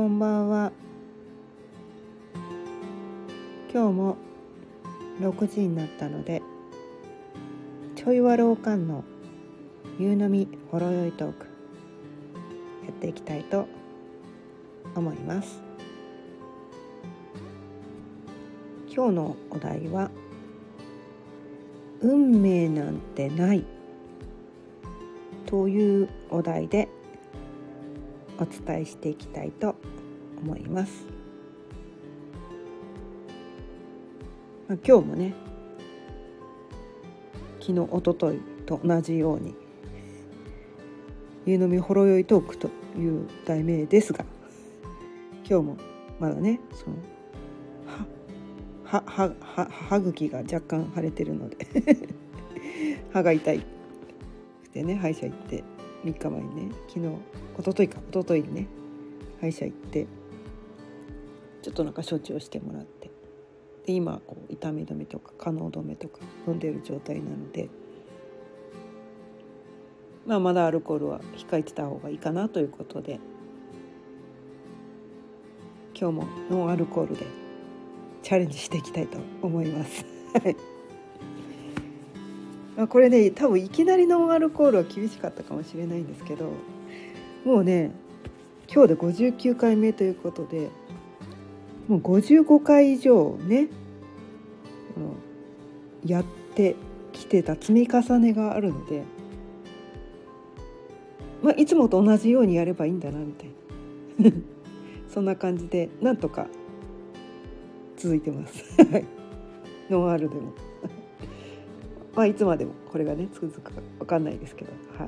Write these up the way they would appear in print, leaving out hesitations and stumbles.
こんばんは。今日も6時になったので、ちょいわろうかんの夕飲みほろよいトークやっていきたいと思います。今日のお題は、運命なんてないというお題でお伝えしていきたいと思います。今日もね、昨日一昨日と同じように夕飲みほろ酔いトークという題名ですが、今日もまだね、その歯茎が若干腫れてるので歯が痛いでね、歯医者行って3日前にね、一昨日にね歯医者行って、ちょっとなんか処置をしてもらって、で今こう痛み止めとか化膿止めとか飲んでいる状態なので、まだアルコールは控えてた方がいいかなということで、今日もノンアルコールでチャレンジしていきたいと思いますこれね、多分いきなりノンアルコールは厳しかったかもしれないんですけど、もうね、今日で59回目ということで、もう55回以上ね、やってきてた積み重ねがあるので、いつもと同じようにやればいいんだなみたいなそんな感じでなんとか続いてますノンアルでもいつまでもこれがね続くか分かんないですけど、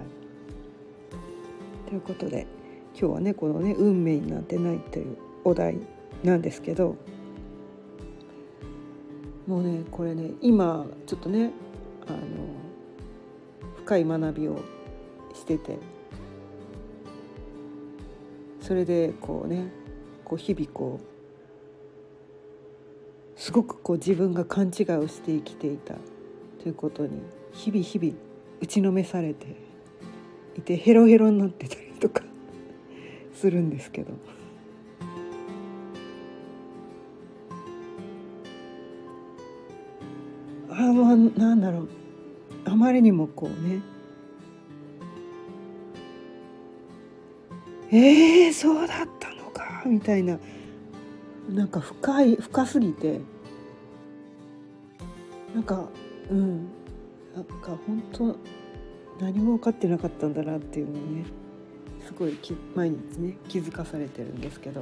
ということで、今日はねこのね運命になんてないというお題なんですけど、もうねこれね、今ちょっとね深い学びをしてて、それでこうね、こう日々こうすごくこう自分が勘違いをして生きていたということに日々打ちのめされていて、ヘロヘロになってたりとかするんですけど、なんだろう、あまりにもこうね、そうだったのかみたいな、なんか深すぎて、なんか本当何も分かってなかったんだなっていうのをね、すごい毎日ね気づかされてるんですけど、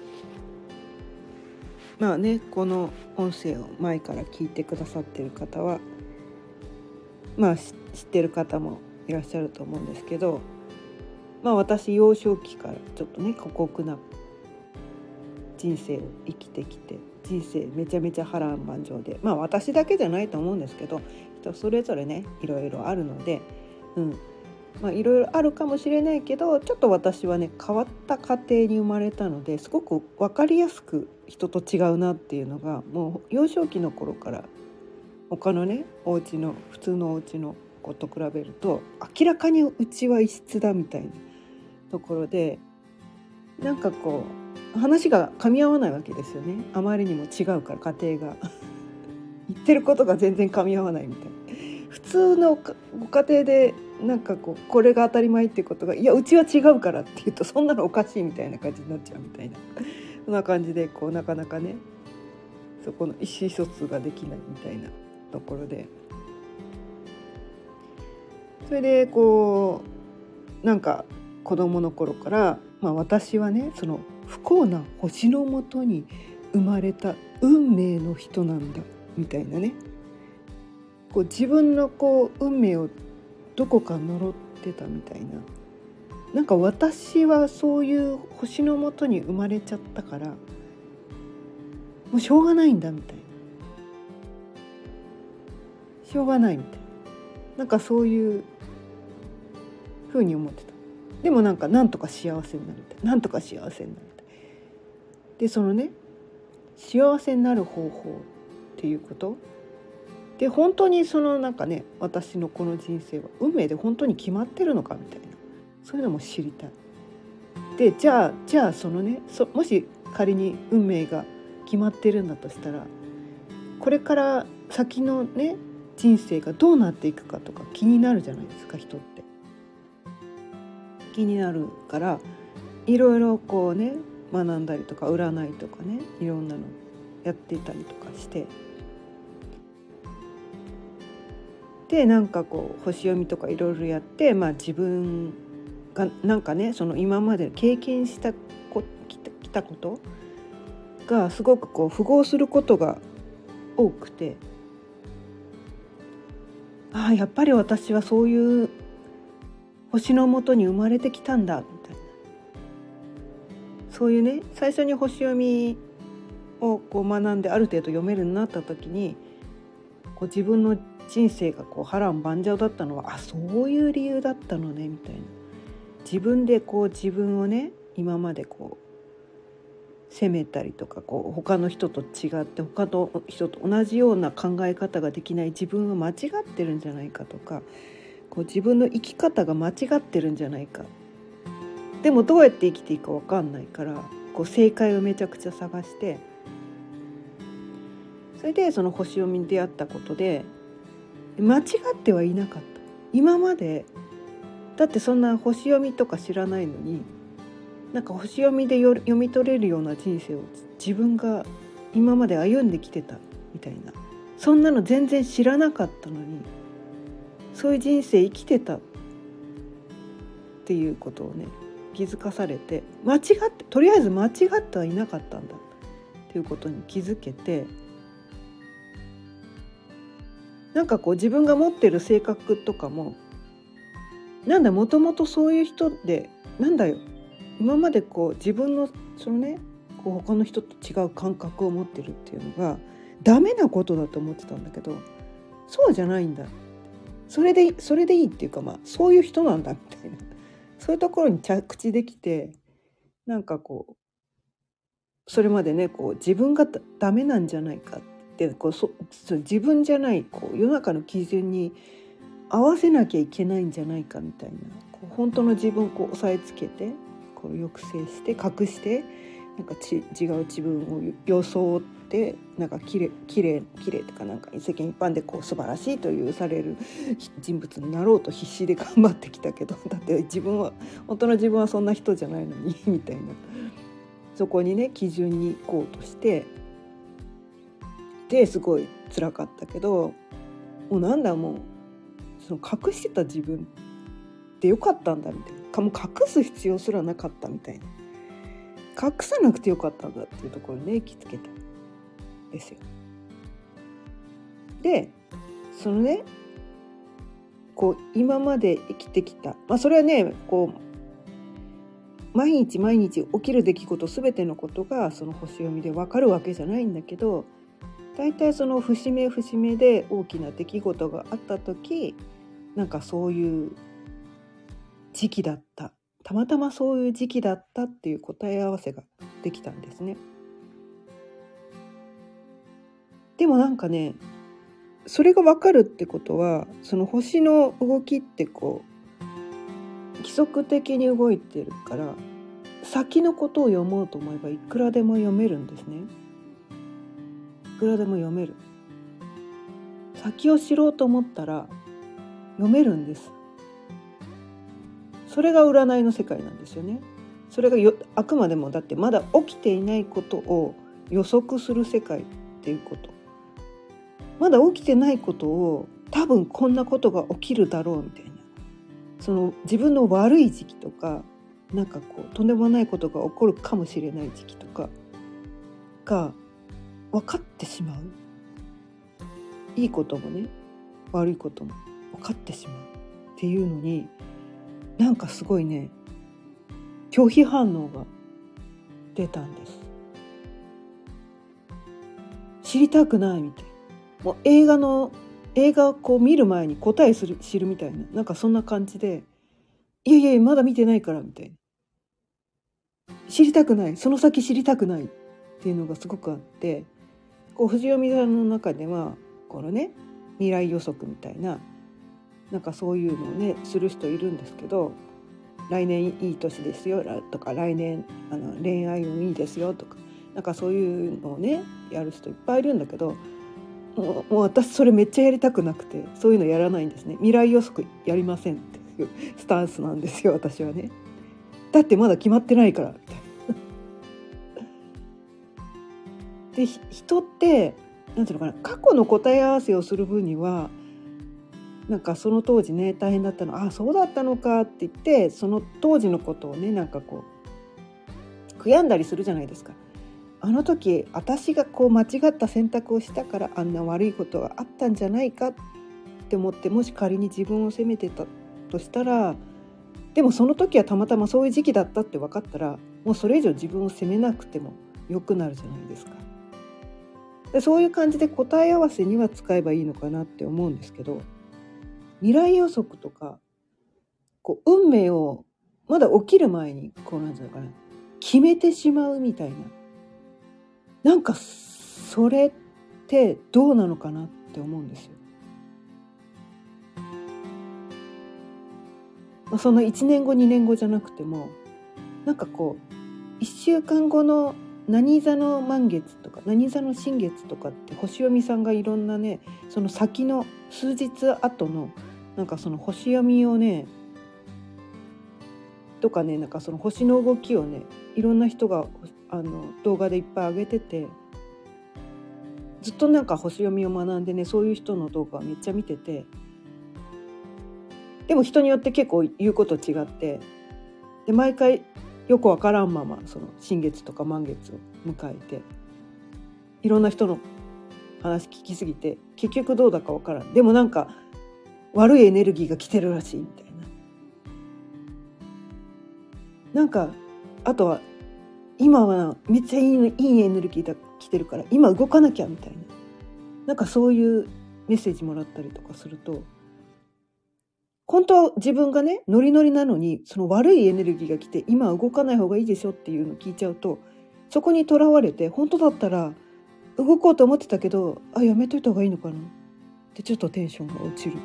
この音声を前から聞いてくださってる方は知ってる方もいらっしゃると思うんですけど、私幼少期からちょっとね過酷な人生を生きてきて、人生めちゃめちゃ波乱万丈で、私だけじゃないと思うんですけど、人それぞれねいろいろあるので、いろいろあるかもしれないけど、ちょっと私はね変わった家庭に生まれたので、すごく分かりやすく人と違うなっていうのが、もう幼少期の頃から他のね普通のお家の子と比べると明らかにうちは異質だみたいなところで、なんかこう話が噛み合わないわけですよね。あまりにも違うから、家庭が言ってることが全然噛み合わないみたいな。普通のご家庭でなんかこれが当たり前っていうことが、いやうちは違うからって言うと、そんなのおかしいみたいな感じになっちゃうみたいなそんな感じで、なかなかねそこの意思疎通ができないみたいなところで、それでなんか子供の頃から、私はねその不幸な星のもとに生まれた運命の人なんだみたいなね、自分の運命をどこか呪ってたみたいな、なんか私はそういう星のもとに生まれちゃったからもうしょうがないんだみたいな、しょうがないみたいな、なんかそういう風に思ってた。でもなんとか幸せになるみたい、なんとか幸せになるみたいで、そのね幸せになる方法っていうことで、本当にその私のこの人生は運命で本当に決まってるのかみたいな、そういうのも知りたいっでじゃあそのねもし仮に運命が決まってるんだとしたら、これから先のね人生がどうなっていくかとか気になるじゃないですか。人って気になるから、いろいろこうね学んだりとか占いとかね、いろんなのやっていたりとかして、でなんかこう星読みとかいろいろやって、自分がなんかねその今まで経験したきたことがすごくこう符合することが多くて、やっぱり私はそういう星のもとに生まれてきたんだみたいな、そういうね最初に星読みをこう学んである程度読めるようになった時に、こう自分の人生がこう波乱万丈だったのはそういう理由だったのねみたいな、自分でこう自分をね今までこう責めたりとか、こう他の人と違って他の人と同じような考え方ができない自分は間違ってるんじゃないかとか、こう自分の生き方が間違ってるんじゃないか、でもどうやって生きていいか分かんないから、こう正解をめちゃくちゃ探して、それでその星読みに出会ったことで間違ってはいなかった。今までだってそんな星読みとか知らないのに、なんか星読みで読み取れるような人生を自分が今まで歩んできてたみたいな、そんなの全然知らなかったのに、そういう人生生きてたっていうことをね気づかされて、とりあえず間違ってはいなかったんだっていうことに気づけて、なんかこう自分が持ってる性格とかも、なんだもともとそういう人で、なんだよ今までこう自分のそのねこう他の人と違う感覚を持ってるっていうのがダメなことだと思ってたんだけど、そうじゃないんだ、それでいいっていうか、そういう人なんだみたいな、そういうところに着地できて、なんかこうそれまでねこう自分がダメなんじゃないかってこう自分じゃないこう世の中の基準に合わせなきゃいけないんじゃないかみたいな、こう本当の自分をこう押さえつけてこう抑制して隠して、なんか違う自分を装って、なんか綺麗とか、なんか世間一般でこう素晴らしいというされる人物になろうと必死で頑張ってきたけど、だって本当の自分はそんな人じゃないのにみたいな、そこにね基準に行こうとしてですごい辛かったけど、もうなんだもうその隠してた自分ってよかったんだみたいな、もう隠す必要すらなかったみたいな、隠さなくてよかったんだっていうところにね行きつけたんですよ。でそのねこう今まで生きてきた、それはねこう毎日毎日起きる出来事全てのことがその星読みで分かるわけじゃないんだけど、だいたいその節目節目で大きな出来事があった時、なんかそういう時期だった、たまたまそういう時期だったっていう答え合わせができたんですね。でもなんかねそれが分かるってことは、その星の動きってこう規則的に動いてるから、先のことを読もうと思えばいくらでも読めるんですね。いくらでも読める。先を知ろうと思ったら読めるんです。それが占いの世界なんですよね。それがあくまでもだってまだ起きていないことを予測する世界っていうこと、まだ起きてないことを多分こんなことが起きるだろうみたいな、その自分の悪い時期とか、なんかこうとんでもないことが起こるかもしれない時期とかが分かってしまう。いいこともね悪いことも分かってしまうっていうのに、なんかすごいね拒否反応が出たんです。知りたくないみたいな、もう映画をこう見る前に答え知るみたいな、なんかそんな感じで、いやいやまだ見てないからみたいな、知りたくない、その先知りたくないっていうのがすごくあって、こう藤読さんの中ではこのね未来予測みたいな、なんかそういうのをねする人いるんですけど、 来年いい年ですよとか、来年恋愛運いいですよとか、なんかそういうのをねやる人いっぱいいるんだけど、もう私それめっちゃやりたくなくて、そういうのやらないんですね。未来予測やりませんっていうスタンスなんですよ、私はね。だってまだ決まってないからみたいな。で人ってなんていうのかな、過去の答え合わせをする分にはなんかその当時ね大変だったの、あそうだったのかって言って、その当時のことをねなんかこう悔やんだりするじゃないですか。あの時私がこう間違った選択をしたからあんな悪いことがあったんじゃないかって思って、もし仮に自分を責めてたとしたら、でもその時はたまたまそういう時期だったって分かったら、もうそれ以上自分を責めなくてもよくなるじゃないですか。でそういう感じで答え合わせには使えばいいのかなって思うんですけど、未来予測とかこう運命をまだ起きる前にこうなんていうのかな、決めてしまうみたいな、なんかそれってどうなのかなって思うんですよ。その1年後2年後じゃなくても、なんかこう1週間後の何座の満月とか何座の新月とかって星読みさんがいろんなね、その先の数日後のなんかその星読みをねとかね、なんかその星の動きをねいろんな人が動画でいっぱい上げてて、ずっとなんか星読みを学んでね、そういう人の動画をめっちゃ見てて、でも人によって結構言うこと違って、で毎回よくわからんままその新月とか満月を迎えて、いろんな人の話聞きすぎて結局どうだかわからん、でもなんか悪いエネルギーが来てるらしいみたいな、なんかあとは今はめっちゃいいエネルギーが来てるから今動かなきゃみたいな、なんかそういうメッセージもらったりとかすると、本当は自分がねノリノリなのに、その悪いエネルギーが来て今は動かない方がいいでしょっていうのを聞いちゃうと、そこにとらわれて、本当だったら動こうと思ってたけど、やめといた方がいいのかなってちょっとテンションが落ちるとか、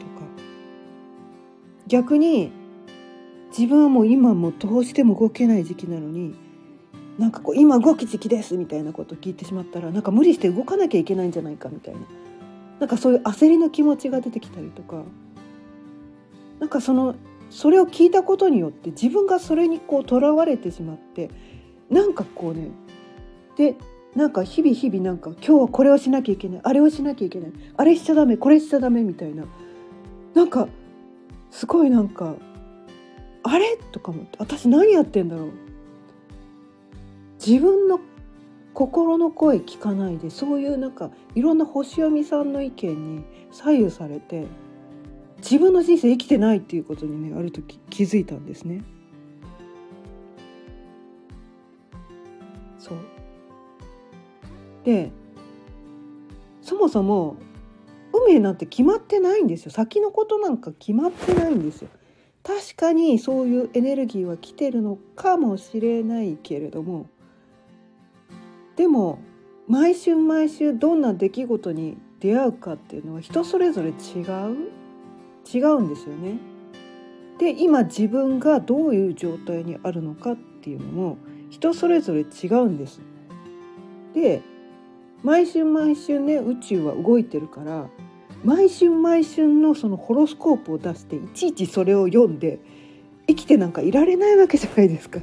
逆に自分はもう今もうどうしても動けない時期なのに、なんかこう今動き時期ですみたいなことを聞いてしまったら、なんか無理して動かなきゃいけないんじゃないかみたいな、なんかそういう焦りの気持ちが出てきたりとか、なんかそれを聞いたことによって自分がそれにこうとらわれてしまって、なんかこうね、でなんか日々なんか今日はこれをしなきゃいけない、あれをしなきゃいけない、あれしちゃダメ、これしちゃダメみたいな、なんかすごいなんかあれとか思って、私何やってんだろう、自分の心の声聞かないで、そういうなんかいろんな星読みさんの意見に左右されて、自分の人生生きてないっていうことにねある時気づいたんですね。そうで、そもそも運命なんて決まってないんですよ。先のことなんか決まってないんですよ。確かにそういうエネルギーは来てるのかもしれないけれども、でも毎週毎週どんな出来事に出会うかっていうのは人それぞれ違うんですよね。で今自分がどういう状態にあるのかっていうのも人それぞれ違うんです。で毎週毎週ね宇宙は動いてるから、毎週毎週のそのホロスコープを出していちいちそれを読んで生きてなんかいられないわけじゃないですか。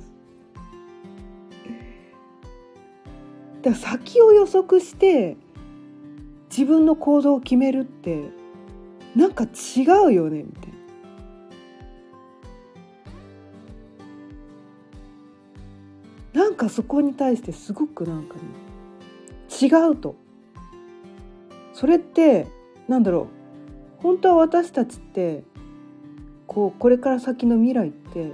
だから先を予測して自分の行動を決めるってなんか違うよねみたいな、なんかそこに対してすごくなんかね違うと、それってなんだろう、本当は私たちってこれから先の未来って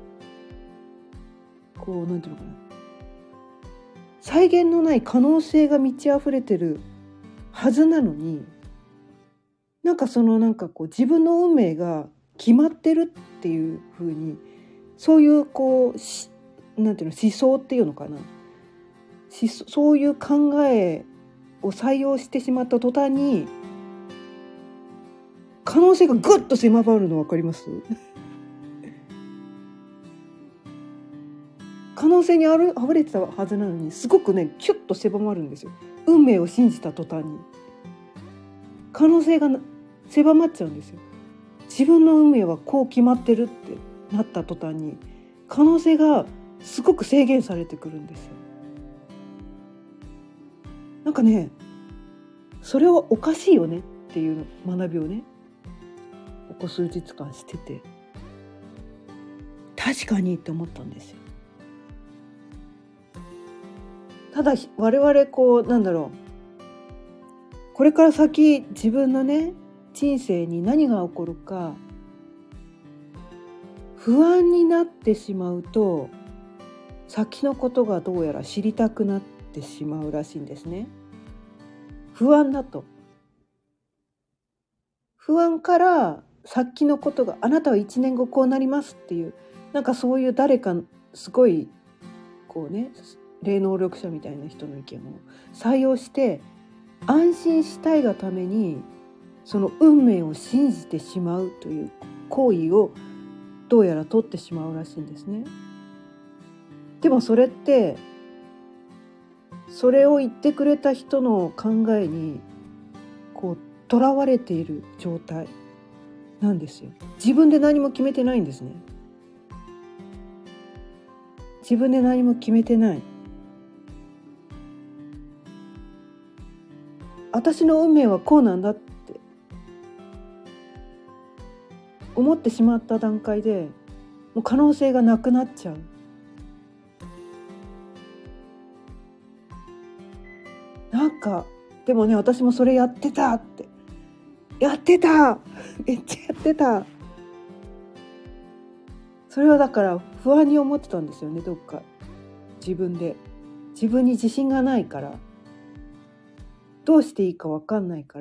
なんていうのかな、際限のない可能性が満ち溢れてるはずなのに、なんかなんか自分の運命が決まってるっていう風に、そういうなんていうの、思想っていうのかな、そういう考えを採用してしまった途端に可能性がぐっと狭まるの分かります？ 能性に溢れてたはずなのに、すごくねキュッと狭まるんですよ。運命を信じた途端に可能性が狭まっちゃうんですよ。自分の運命はこう決まってるってなった途端に可能性がすごく制限されてくるんですよ。なんかね、それはおかしいよねっていう学びをね、ここ数日間してて、確かにって思ったんですよ。ただ我々これから先自分のね人生に何が起こるか不安になってしまうと、先のことがどうやら知りたくなってしまうらしいんですね。不安だと、不安から先のことが、あなたは1年後こうなりますっていう、なんかそういう誰かすごいこうね霊能力者みたいな人の意見を採用して安心したいがためにその運命を信じてしまうという行為をどうやら取ってしまうらしいんですね。でもそれってそれを言ってくれた人の考えにこう囚われている状態なんですよ。自分で何も決めてないんですね。自分で何も決めてない。私の運命はこうなんだって思ってしまった段階でもう可能性がなくなっちゃう。なんかでもね、私もそれやってためっちゃやってた。それはだから不安に思ってたんですよね。どっか自分に自信がないから、どうしていいか分かんないから、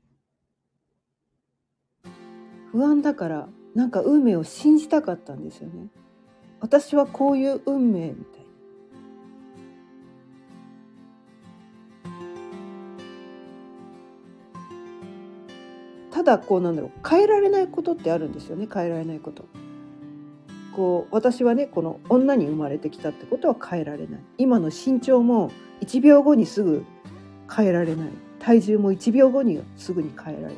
不安だからなんか運命を信じたかったんですよね。私はこういう運命みたいな。ただ変えられないことってあるんですよね。変えられないこと、私はねこの女に生まれてきたってことは変えられない。今の身長も1秒後にすぐ変えられない。体重も1秒後にすぐに変えられない。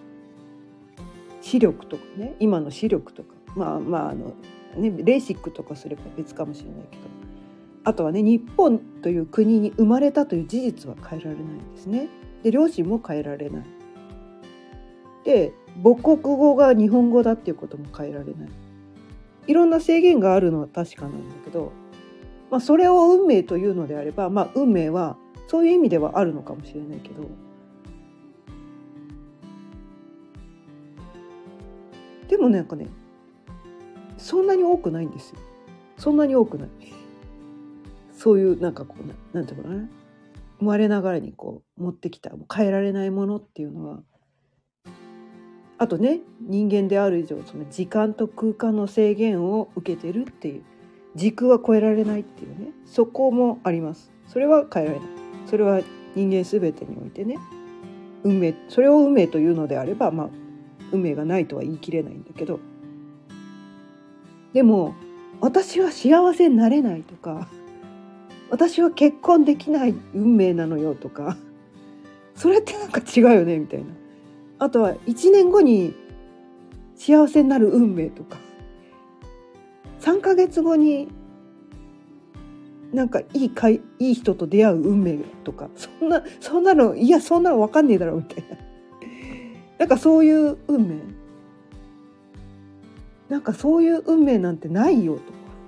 視力とかね、今の視力とかレーシックとかすれば別かもしれないけど、あとはね日本という国に生まれたという事実は変えられないんですね。で両親も変えられない。で母国語が日本語だっていうことも変えられない。いろんな制限があるのは確かなんだけど、それを運命というのであれば、運命はそういう意味ではあるのかもしれないけど、でもなんかねそんなに多くないんですよ。そんなに多くないそういうなんていうのかな、生まれながらに持ってきた変えられないものっていうのは、あとね人間である以上その時間と空間の制限を受けてるっていう、時空は超えられないっていうね、そこもあります。それは変えられない。それは人間すべてにおいてね、それを運命というのであれば、運命がないとは言い切れないんだけど、でも私は幸せになれないとか、私は結婚できない運命なのよとか、それってなんか違うよねみたいな。あとは1年後に幸せになる運命とか、3ヶ月後になんかいい人と出会う運命とか、そんなのそんなの分かんねえだろみたいな。なんかそういう運命、なんかそういう運命なんてないよ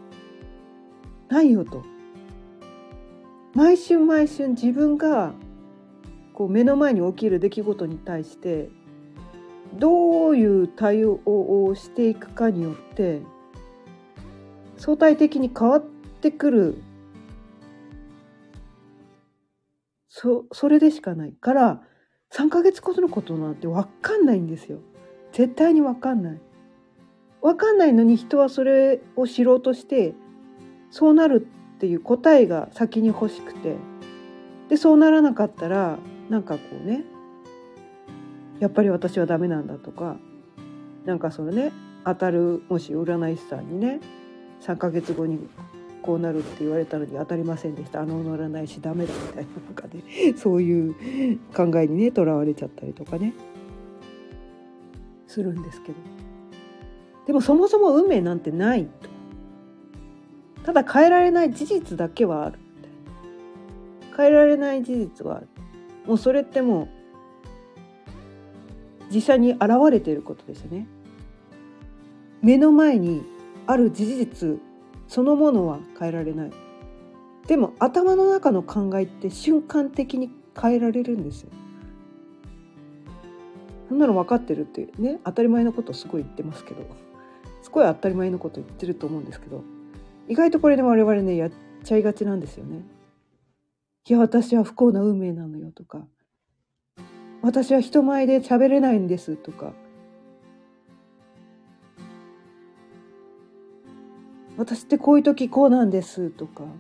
と。毎春自分が目の前に起きる出来事に対してどういう対応をしていくかによって相対的に変わってくる。それでしかないから3ヶ月後のことなんて分かんないんですよ。絶対に分かんない。分かんないのに人はそれを知ろうとしてそうなるっていう答えが先に欲しくて、でそうならなかったらやっぱり私はダメなんだとか、当たるもし占い師さんにね3ヶ月後にこうなるって言われたのに当たりませんでした、乗らないしダメだみたいな、なんかねそういう考えにねとらわれちゃったりとかねするんですけど、でもそもそも運命なんてないと、ただ変えられない事実だけはある、変えられない事実はある、もうそれってもう実際に現れていることですよね。目の前にある事実そのものは変えられない。でも頭の中の考えって瞬間的に変えられるんですよ。そんなの分かってるってね、当たり前のことをすごい言ってますけど、すごい当たり前のことを言ってると思うんですけど、意外とこれで我々ねやっちゃいがちなんですよね。いや私は不幸な運命なのよとか、私は人前で喋れないんですとか、私ってこういう時こうなんですとか、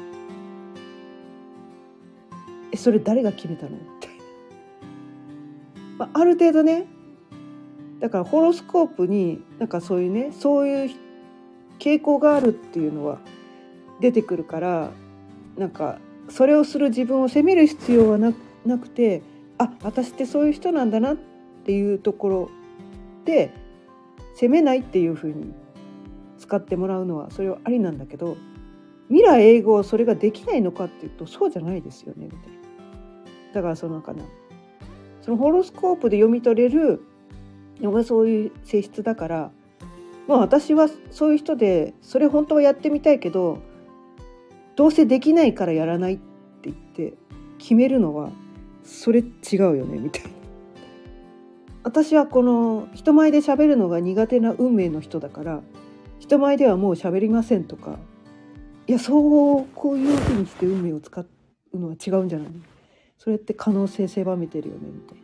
それ誰が決めたのって、ある程度ね、だからホロスコープになんかそういうね、そういう傾向があるっていうのは出てくるから、なんかそれをする自分を責める必要はなくて、私ってそういう人なんだなっていうところで責めないっていう風に使ってもらうのはそれはありなんだけど、未来永劫それができないのかっていうとそうじゃないですよねみたいな。だからそのホロスコープで読み取れるそういう性質だから、私はそういう人でそれ本当はやってみたいけどどうせできないからやらないって言って決めるのはそれ違うよねみたいな。私はこの人前で喋るのが苦手な運命の人だから人前ではもう喋りませんとか、いやこういうふうにして運命を使うのは違うんじゃない、それって可能性狭めてるよねみたい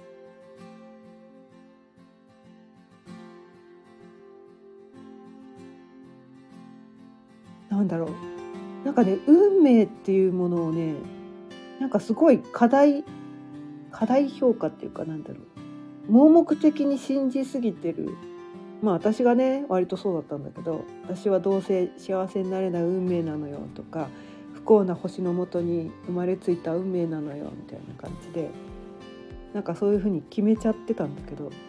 な。なんだろう、なんかね運命っていうものをね、なんかすごい過大評価っていうか、なんだろう、盲目的に信じすぎてる。私がね割とそうだったんだけど、私はどうせ幸せになれない運命なのよとか、不幸な星のもとに生まれついた運命なのよみたいな感じで、なんかそういうふうに決めちゃってたんだけど、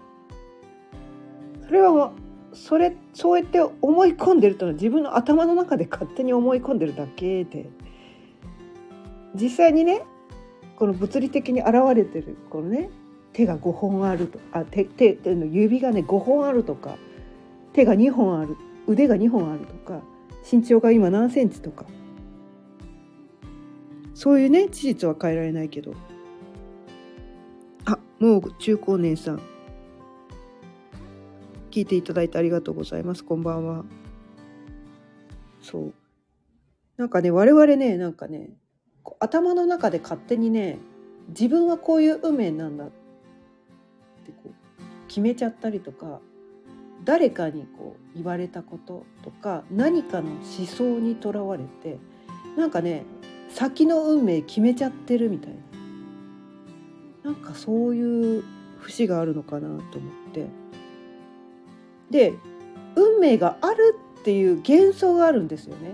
それはそうやって思い込んでるというのは自分の頭の中で勝手に思い込んでるだけで、実際にねこの物理的に現れてるこのね、手が5本あるとか、手の指がね5本あるとか、手が2本ある、腕が2本あるとか、身長が今何センチとか、そういうね事実は変えられないけど、もう中高年さん聞いていただいてありがとうございます。こんばんは。そうなんかね我々ね、なんかね頭の中で勝手にね、自分はこういう運命なんだって決めちゃったりとか、誰かに言われたこととか何かの思想にとらわれて、なんかね先の運命決めちゃってるみたいな、なんかそういう節があるのかなと思って、で運命があるっていう幻想があるんですよね。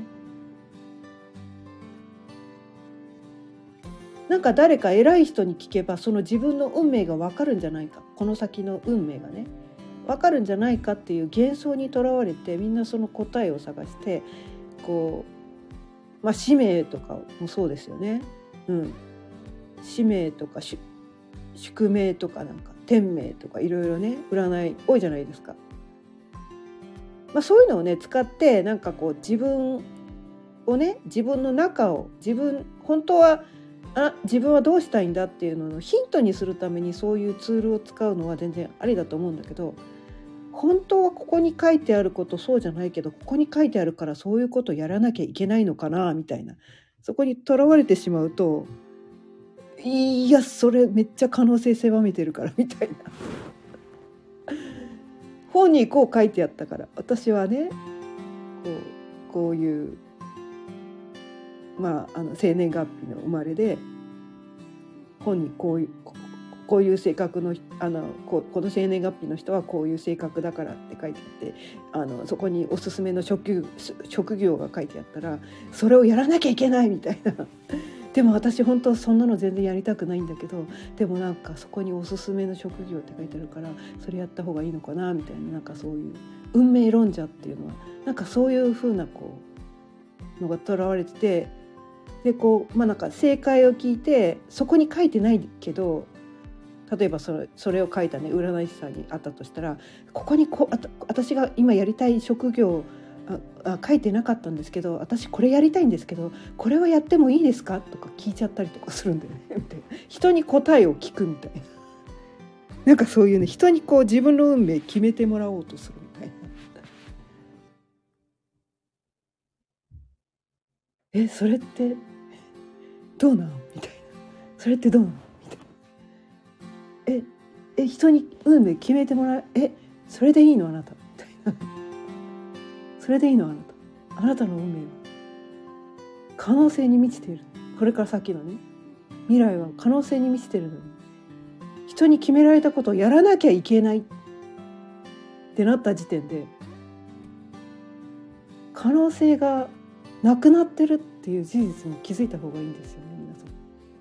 なんか誰か偉い人に聞けばその自分の運命が分かるんじゃないか、この先の運命がね分かるんじゃないかっていう幻想にとらわれて、みんなその答えを探して使命とかもそうですよね、使命とか宿命とかなんか天命とかいろいろね占い多いじゃないですか。そういうのをね使ってなんか自分をね、自分の中を本当は自分はどうしたいんだっていうののヒントにするためにそういうツールを使うのは全然ありだと思うんだけど、本当はここに書いてあることそうじゃないけど、ここに書いてあるからそういうことやらなきゃいけないのかなみたいな、そこにとらわれてしまうと、いやそれめっちゃ可能性狭めてるからみたいな本にこう書いてあったから私はねこういう生年月日の生まれで本にこうこういう性格のこの生年月日の人はこういう性格だからって書いてあってそこにおすすめの職業が書いてあったらそれをやらなきゃいけないみたいなでも私本当そんなの全然やりたくないんだけどでもなんかそこにおすすめの職業って書いてあるからそれやった方がいいのかなみたいな、なんかそういう運命論者っていうのはなんかそういう風なのがとらわれてて、でなんか正解を聞いてそこに書いてないけど、例えばそれを書いたね占い師さんに会ったとしたら、ここに私が今やりたい職業書いてなかったんですけど、私これやりたいんですけどこれはやってもいいですかとか聞いちゃったりとかするんだよねみたいな、人に答えを聞くみたいな、なんかそういうね、人に自分の運命決めてもらおうとするみたいな。それってどうなんみたいな、それってどうなんみたいな、人に運命決めてもらう、それでいいのあなたみたいなそれでいいのあなたの運命は可能性に満ちている、これから先のね未来は可能性に満ちているのに人に決められたことをやらなきゃいけないってなった時点で可能性がなくなってるっていう事実に気づいた方がいいんですよね、皆さ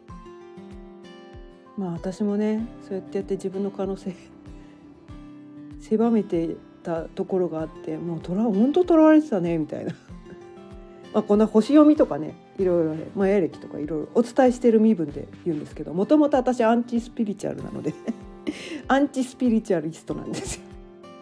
ん。まあ私もねそうやって自分の可能性狭めてたところがあって、もう本当とらわれてたねみたいなこんな星読みとかねいろいろね、マヤ暦とかいろいろお伝えしてる身分で言うんですけど、もともと私アンチスピリチュアルなのでアンチスピリチュアリストなんですよ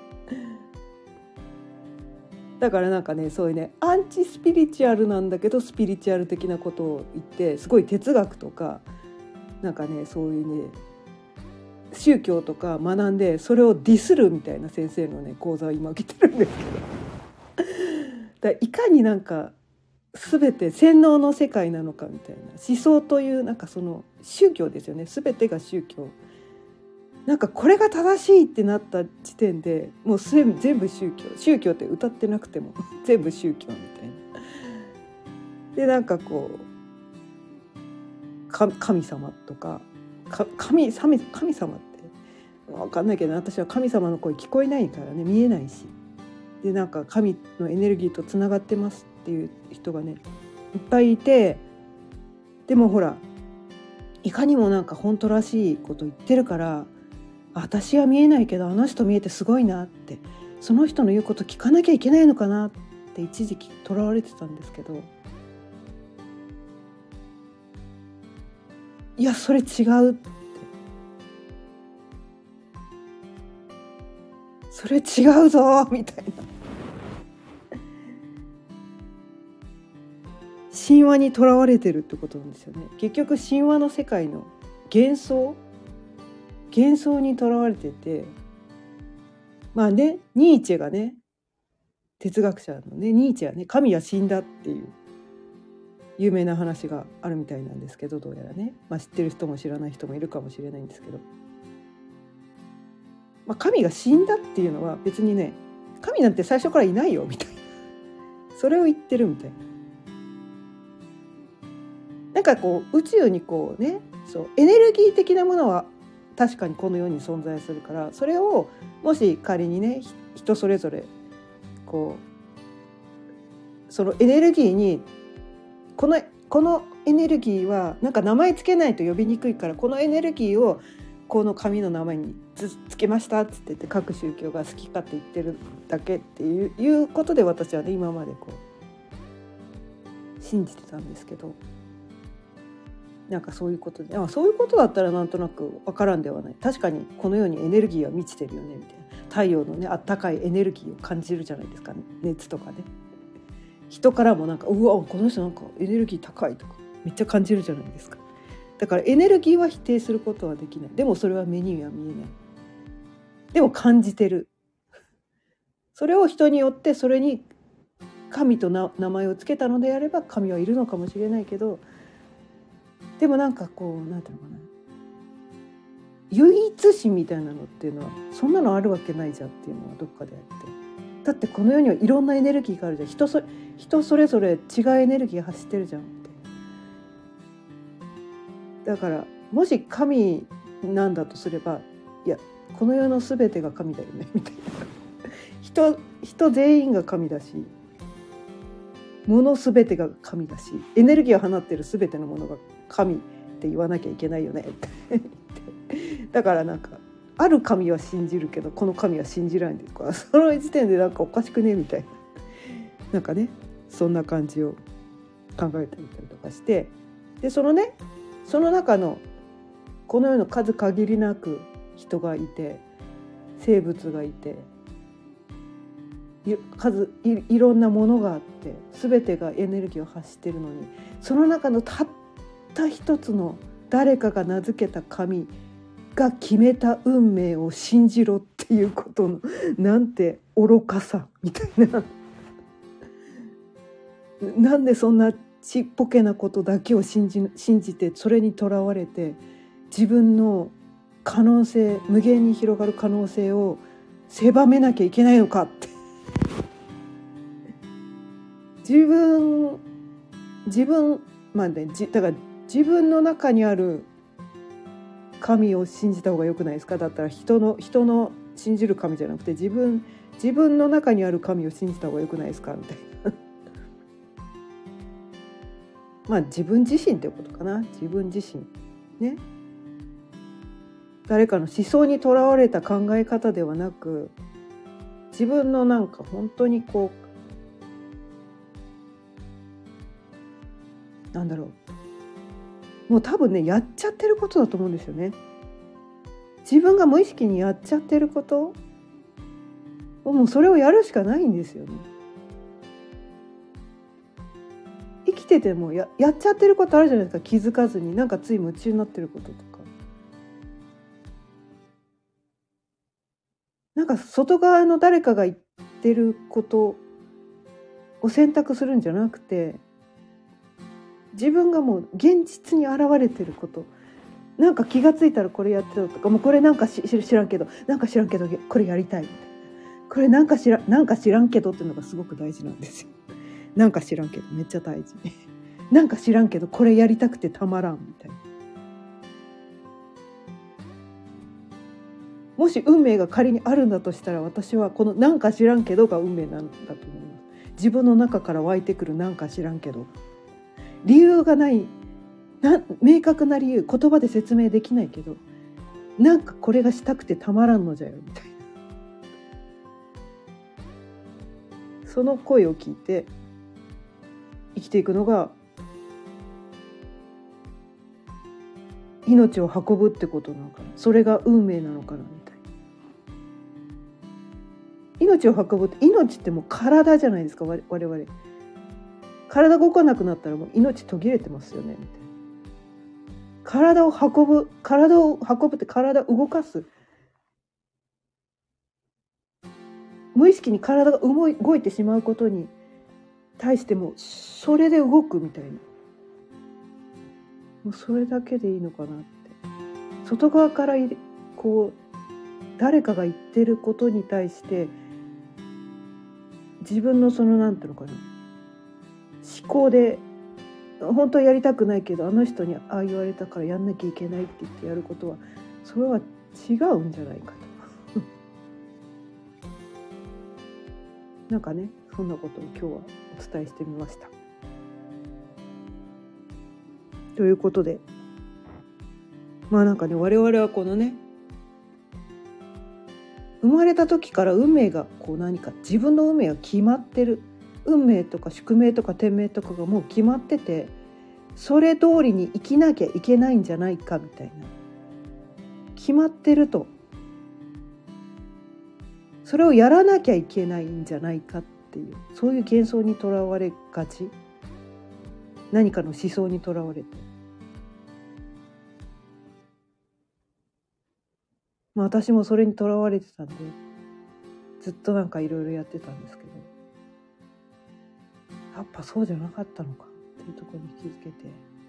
だからなんかねそういうねアンチスピリチュアルなんだけどスピリチュアル的なことを言って、すごい哲学とかなんかねそういうね宗教とか学んでそれをディスるみたいな先生のね講座を今受けてるんですけどだからいかになんか全て洗脳の世界なのかみたいな、思想というなんかその宗教ですよね、全てが宗教、なんかこれが正しいってなった時点でもう全部宗教って歌ってなくても全部宗教みたいなで、なんか神様とか神様って分かんないけど、私は神様の声聞こえないからね、見えないし、でなんか神のエネルギーとつながってますっていう人がねいっぱいいて、でもほらいかにもなんか本当らしいこと言ってるから、私は見えないけどあの人見えてすごいなって、その人の言うこと聞かなきゃいけないのかなって一時期とらわれてたんですけど、いやそれ違うって、それ違うぞみたいな、神話にとらわれてるってことなんですよね。結局神話の世界の幻想にとらわれてて、まあねニーチェがね、哲学者のねニーチェはね、神は死んだっていう有名な話があるみたいなんですけど、どうやらね、知ってる人も知らない人もいるかもしれないんですけど、神が死んだっていうのは別にね、神なんて最初からいないよみたいな、それを言ってるみたいな、なんか宇宙にね、そうエネルギー的なものは確かにこの世に存在するから、それをもし仮にね人それぞれそのエネルギーにこのエネルギーはなんか名前つけないと呼びにくいから、このエネルギーをこの紙の名前につけましたっつって言って、各宗教が好き勝手言ってるだけっていうことで私はね今まで信じてたんですけど、なんかそういうことで、そういうことだったらなんとなく分からんではない、確かにこの世にエネルギーは満ちてるよねみたいな、太陽のねあったかいエネルギーを感じるじゃないですか、ね、熱とかね、人からもなんかうわこの人なんかエネルギー高いとかめっちゃ感じるじゃないですか。だからエネルギーは否定することはできない、でもそれは目には見えない、でも感じてる、それを人によってそれに神と名前をつけたのであれば神はいるのかもしれないけど、でもなんかなんていうのかな、唯一心みたいなのっていうのはそんなのあるわけないじゃんっていうのはどっかであって、だってこの世にはいろんなエネルギーがあるじゃん、人それぞれ違うエネルギーが走ってるじゃんって。だからもし神なんだとすれば、いやこの世の全てが神だよねみたいな人全員が神だし、物全てが神だし、エネルギーを放っている全てのものが神って言わなきゃいけないよねってだからなんかある神は信じるけどこの神は信じないんですか、その時点でなんかおかしくねみたいな、なんかねそんな感じを考えてみたりとかして、でその中のこの世の数限りなく人がいて生物がいていろんなものがあって全てがエネルギーを発しているのに、その中のたった一つの誰かが名付けた神が決めた運命を信じろっていうことのなんて愚かさみたいななんでそんなちっぽけなことだけを信じてそれにとらわれて自分の可能性、無限に広がる可能性を狭めなきゃいけないのかって自分まで、だから自分の中にある神を信じた方がよくないですか。だったら人の信じる神じゃなくて自分の中にある神を信じた方がよくないですかみたいなまあ自分自身ってことかな。自分自身ね、誰かの思想にとらわれた考え方ではなく、自分のなんか本当にこうなんだろう、もう多分ねやっちゃってることだと思うんですよね。自分が無意識にやっちゃってることもうそれをやるしかないんですよね。生きててもやっちゃってることあるじゃないですか。気づかずになんかつい夢中になってることとか、なんか外側の誰かが言ってることを選択するんじゃなくて、自分がもう現実に現れてること、なんか気がついたらこれやってたとか、もうこれなんか知らんけどこれやりたいみたいな、これなんか知らんけどっていうのがすごく大事なんですよ。なんか知らんけどめっちゃ大事なんか知らんけどこれやりたくてたまらんみたいな。もし運命が仮にあるんだとしたら、私はこのなんか知らんけどが運命なんだと思います。自分の中から湧いてくるなんか知らんけど、理由がない、明確な理由、言葉で説明できないけど、なんかこれがしたくてたまらんのじゃよみたいな、その声を聞いて生きていくのが命を運ぶってことなのかな、それが運命なのかなみたいな。命を運ぶって、命ってもう体じゃないですか。我々体動かなくなったらもう命途切れてますよねみたいな。体を運ぶって体を動かす、無意識に体が動いてしまうことに対してもそれで動くみたいな、もうそれだけでいいのかなって。外側からこう誰かが言ってることに対して自分のそのなんていうのかな、思考で本当はやりたくないけどあの人にああ言われたからやんなきゃいけないって言ってやることは、それは違うんじゃないかとなんかね、そんなことを今日はお伝えしてみました。ということで、まあなんかね、我々はこのね、生まれた時から運命がこう何か自分の運命が決まってる、運命とか宿命とか天命とかがもう決まってて、それ通りに生きなきゃいけないんじゃないかみたいな、決まってると、それをやらなきゃいけないんじゃないかっていう、そういう幻想にとらわれがち、何かの思想にとらわれて、まあ私もそれにとらわれてたんで、ずっとなんかいろいろやってたんですけど、やっぱそうじゃなかったのかっていうところに気づけて、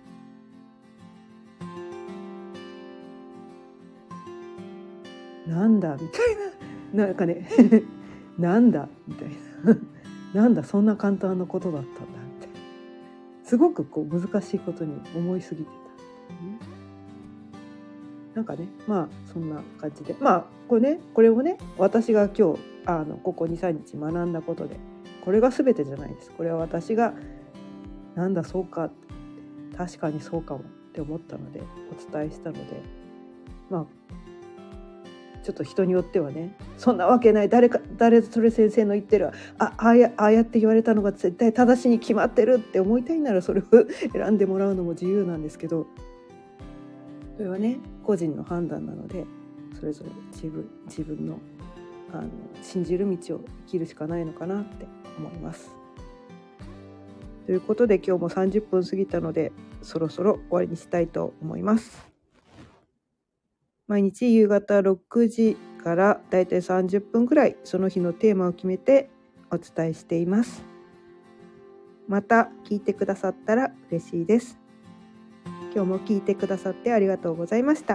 なんだみたいな、なんかねなんだみたいななんだそんな簡単なことだったんだみたいな、すごくこう難しいことに思いすぎてた、ね、 なんかね、まあそんな感じで、まあこれをね、私が今日ここ 2,3 日学んだことで、これが全てじゃないです。これは私がなんだそうか、確かにそうかもって思ったのでお伝えしたので、まあちょっと人によってはね、そんなわけない、誰それ先生の言ってるああやって言われたのが絶対正しいに決まってるって思いたいなら、それを選んでもらうのも自由なんですけど、それはね個人の判断なので、それぞれ自分の信じる道を生きるしかないのかなって思います。ということで今日も30分過ぎたので、そろそろ終わりにしたいと思います。毎日夕方6時からだいたい30分くらい、その日のテーマを決めてお伝えしています。また聞いてくださったら嬉しいです。今日も聞いてくださってありがとうございました。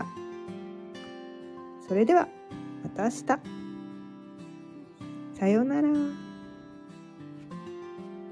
それではまた明日。さようなら。